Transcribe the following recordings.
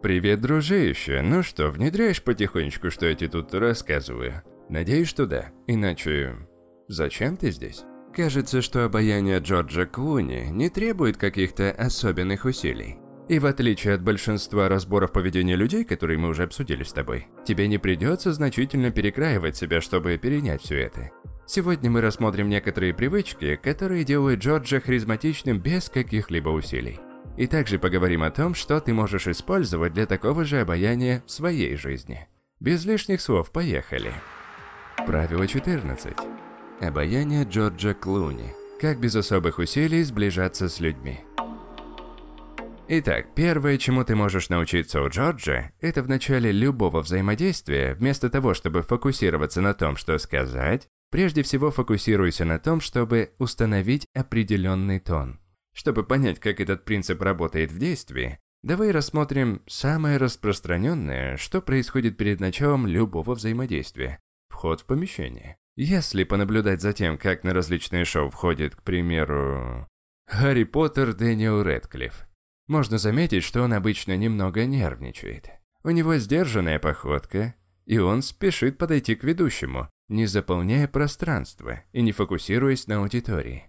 Привет, дружище. Ну что, внедряешь потихонечку, что я тебе тут рассказываю? Надеюсь, что да. Иначе... Зачем ты здесь? Кажется, что обаяние Джорджа Клуни не требует каких-то особенных усилий. И в отличие от большинства разборов поведения людей, которые мы уже обсудили с тобой, тебе не придется значительно перекраивать себя, чтобы перенять все это. Сегодня мы рассмотрим некоторые привычки, которые делают Джорджа харизматичным без каких-либо усилий. И также поговорим о том, что ты можешь использовать для такого же обаяния в своей жизни. Без лишних слов, поехали. Правило 14. Обаяние Джорджа Клуни. Как без особых усилий сближаться с людьми. Итак, первое, чему ты можешь научиться у Джорджа, это в начале любого взаимодействия, вместо того, чтобы фокусироваться на том, что сказать, прежде всего фокусируйся на том, чтобы установить определенный тон. Чтобы понять, как этот принцип работает в действии, давай рассмотрим самое распространенное, что происходит перед началом любого взаимодействия – вход в помещение. Если понаблюдать за тем, как на различные шоу входит, к примеру, Гарри Поттер Дэниел Рэдклифф, можно заметить, что он обычно немного нервничает. У него сдержанная походка, и он спешит подойти к ведущему, не заполняя пространство и не фокусируясь на аудитории.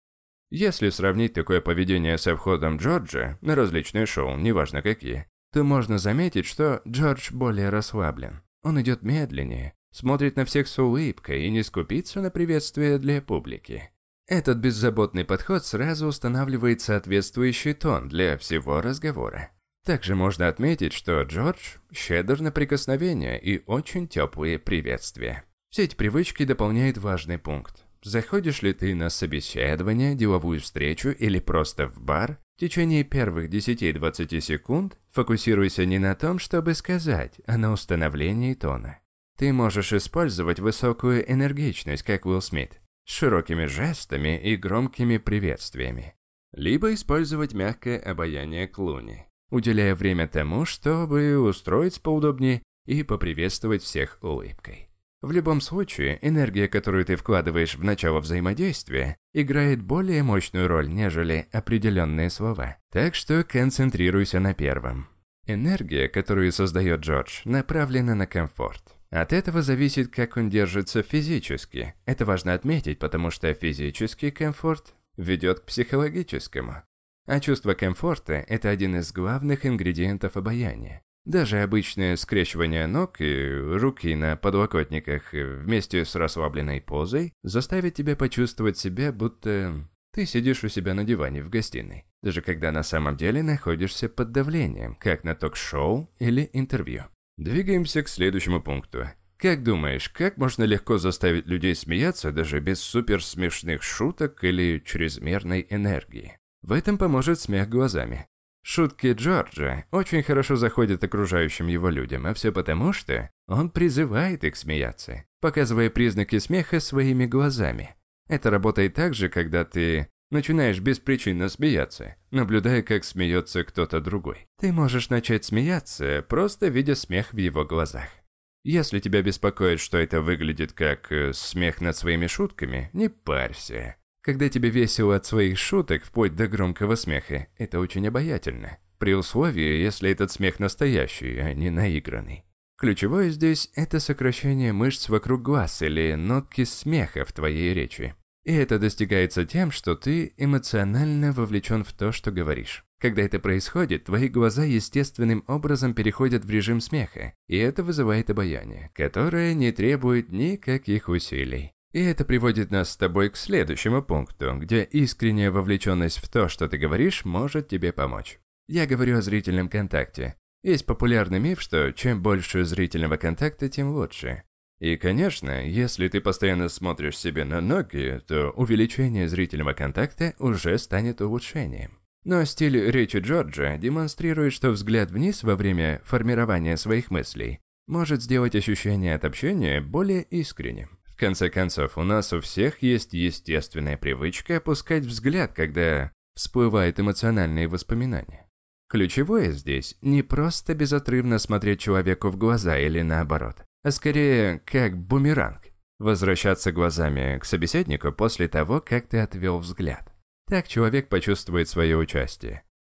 Если сравнить такое поведение со входом Джорджа на различные шоу, неважно какие, то можно заметить, что Джордж более расслаблен. Он идет медленнее, смотрит на всех с улыбкой и не скупится на приветствие для публики. Этот беззаботный подход сразу устанавливает соответствующий тон для всего разговора. Также можно отметить, что Джордж щедр на прикосновения и очень теплые приветствия. Все эти привычки дополняют важный пункт. Заходишь ли ты на собеседование, деловую встречу или просто в бар, в течение первых 10-20 секунд фокусируйся не на том, чтобы сказать, а на установлении тона. Ты можешь использовать высокую энергичность, как Уилл Смит, с широкими жестами и громкими приветствиями. Либо использовать мягкое обаяние Клуни, уделяя время тому, чтобы устроиться поудобнее и поприветствовать всех улыбкой. В любом случае, энергия, которую ты вкладываешь в начало взаимодействия, играет более мощную роль, нежели определенные слова. Так что концентрируйся на первом. Энергия, которую создает Джордж, направлена на комфорт. От этого зависит, как он держится физически. Это важно отметить, потому что физический комфорт ведет к психологическому. А чувство комфорта – это один из главных ингредиентов обаяния. Даже обычное скрещивание ног и руки на подлокотниках вместе с расслабленной позой заставит тебя почувствовать себя, будто ты сидишь у себя на диване в гостиной, даже когда на самом деле находишься под давлением, как на ток-шоу или интервью. Двигаемся к следующему пункту. Как думаешь, как можно легко заставить людей смеяться даже без суперсмешных шуток или чрезмерной энергии? В этом поможет смех глазами. Шутки Джорджа очень хорошо заходят окружающим его людям, а все потому, что он призывает их смеяться, показывая признаки смеха своими глазами. Это работает так же, когда ты начинаешь беспричинно смеяться, наблюдая, как смеется кто-то другой. Ты можешь начать смеяться, просто видя смех в его глазах. Если тебя беспокоит, что это выглядит как смех над своими шутками, не парься. Когда тебе весело от своих шуток, вплоть до громкого смеха, это очень обаятельно. При условии, если этот смех настоящий, а не наигранный. Ключевое здесь – это сокращение мышц вокруг глаз или нотки смеха в твоей речи. И это достигается тем, что ты эмоционально вовлечен в то, что говоришь. Когда это происходит, твои глаза естественным образом переходят в режим смеха, и это вызывает обаяние, которое не требует никаких усилий. И это приводит нас с тобой к следующему пункту, где искренняя вовлеченность в то, что ты говоришь, может тебе помочь. Я говорю о зрительном контакте. Есть популярный миф, что чем больше зрительного контакта, тем лучше. И, конечно, если ты постоянно смотришь себе на ноги, то увеличение зрительного контакта уже станет улучшением. Но стиль речи Джорджа демонстрирует, что взгляд вниз во время формирования своих мыслей может сделать ощущение от общения более искренним. В конце концов, у нас у всех есть естественная привычка опускать взгляд, когда всплывают эмоциональные воспоминания. Ключевое здесь не просто безотрывно смотреть человеку в глаза или наоборот, а скорее как бумеранг. Возвращаться глазами к собеседнику после того, как ты отвел взгляд. Так человек почувствует свое участие.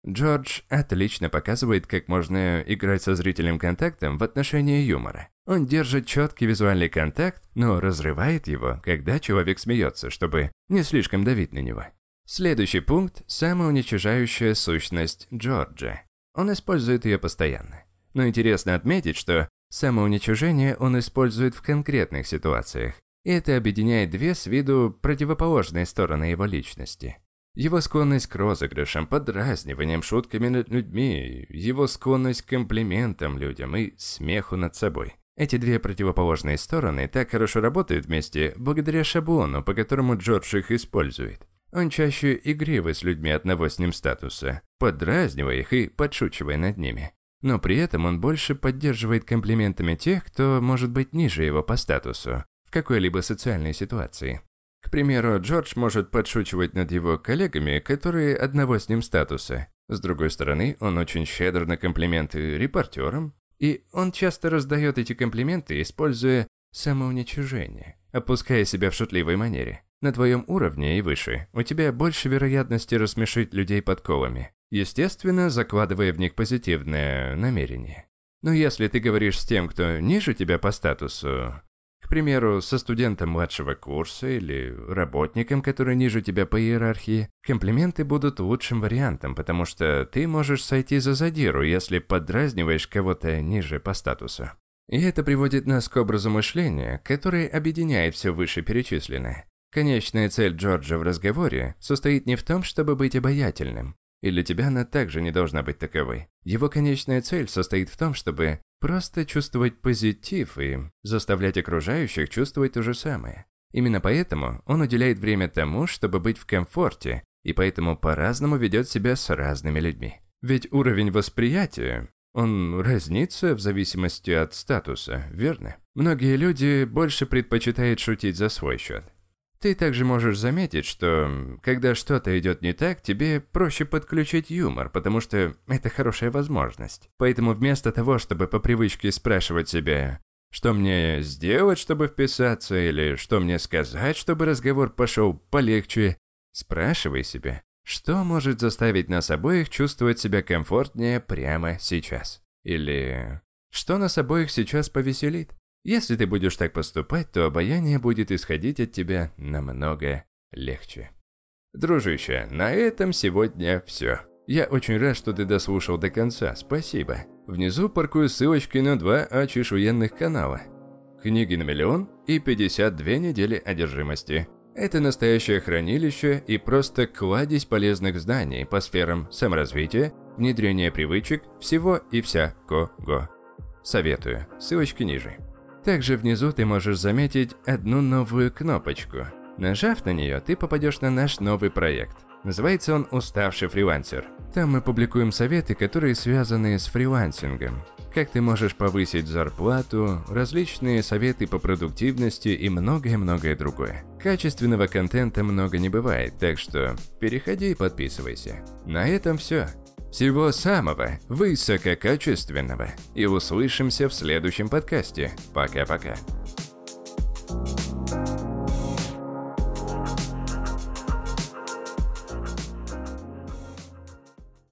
Джордж отлично показывает, как можно играть со зрительным контактом в отношении юмора. Он держит четкий визуальный контакт, но разрывает его, когда человек смеется, чтобы не слишком давить на него. Следующий пункт – самоуничижающая сущность Джорджа. Он использует ее постоянно. Но интересно отметить, что самоуничижение он использует в конкретных ситуациях. И это объединяет две с виду противоположные стороны его личности. Его склонность к розыгрышам, подразниваниям, шутками над людьми, его склонность к комплиментам людям и смеху над собой. Эти две противоположные стороны так хорошо работают вместе благодаря шаблону, по которому Джордж их использует. Он чаще игривый с людьми одного с ним статуса, подразнивая их и подшучивая над ними. Но при этом он больше поддерживает комплиментами тех, кто может быть ниже его по статусу в какой-либо социальной ситуации. К примеру, Джордж может подшучивать над его коллегами, которые одного с ним статуса. С другой стороны, он очень щедр на комплименты репортерам, и он часто раздает эти комплименты, используя самоуничижение, опуская себя в шутливой манере. На твоем уровне и выше у тебя больше вероятности рассмешить людей подколами, естественно, закладывая в них позитивное намерение. Но если ты говоришь с тем, кто ниже тебя по статусу, к примеру, со студентом младшего курса или работником, который ниже тебя по иерархии, комплименты будут лучшим вариантом, потому что ты можешь сойти за задиру, если подразниваешь кого-то ниже по статусу. И это приводит нас к образу мышления, который объединяет все вышеперечисленное. Конечная цель Джорджа в разговоре состоит не в том, чтобы быть обаятельным. И для тебя она также не должна быть таковой. Его конечная цель состоит в том, чтобы просто чувствовать позитив и заставлять окружающих чувствовать то же самое. Именно поэтому он уделяет время тому, чтобы быть в комфорте, и поэтому по-разному ведет себя с разными людьми. Ведь уровень восприятия, он разнится в зависимости от статуса, верно? Многие люди больше предпочитают шутить за свой счет. Ты также можешь заметить, что когда что-то идет не так, тебе проще подключить юмор, потому что это хорошая возможность. Поэтому вместо того, чтобы по привычке спрашивать себя, что мне сделать, чтобы вписаться, или что мне сказать, чтобы разговор пошел полегче, спрашивай себя, что может заставить нас обоих чувствовать себя комфортнее прямо сейчас. Или что нас обоих сейчас повеселит. Если ты будешь так поступать, то обаяние будет исходить от тебя намного легче. Дружище, на этом сегодня все. Я очень рад, что ты дослушал до конца, спасибо. Внизу паркую ссылочки на 2 очешуенных канала. Книги на миллион и 52 недели одержимости. Это настоящее хранилище и просто кладезь полезных знаний по сферам саморазвития, внедрения привычек, всего и всякого. Советую, ссылочки ниже. Также внизу ты можешь заметить одну новую кнопочку. Нажав на нее, ты попадешь на наш новый проект. Называется он «Уставший фрилансер». Там мы публикуем советы, которые связаны с фрилансингом. Как ты можешь повысить зарплату, различные советы по продуктивности и многое-многое другое. Качественного контента много не бывает, так что переходи и подписывайся. На этом все. Всего самого высококачественного. И услышимся в следующем подкасте. Пока-пока.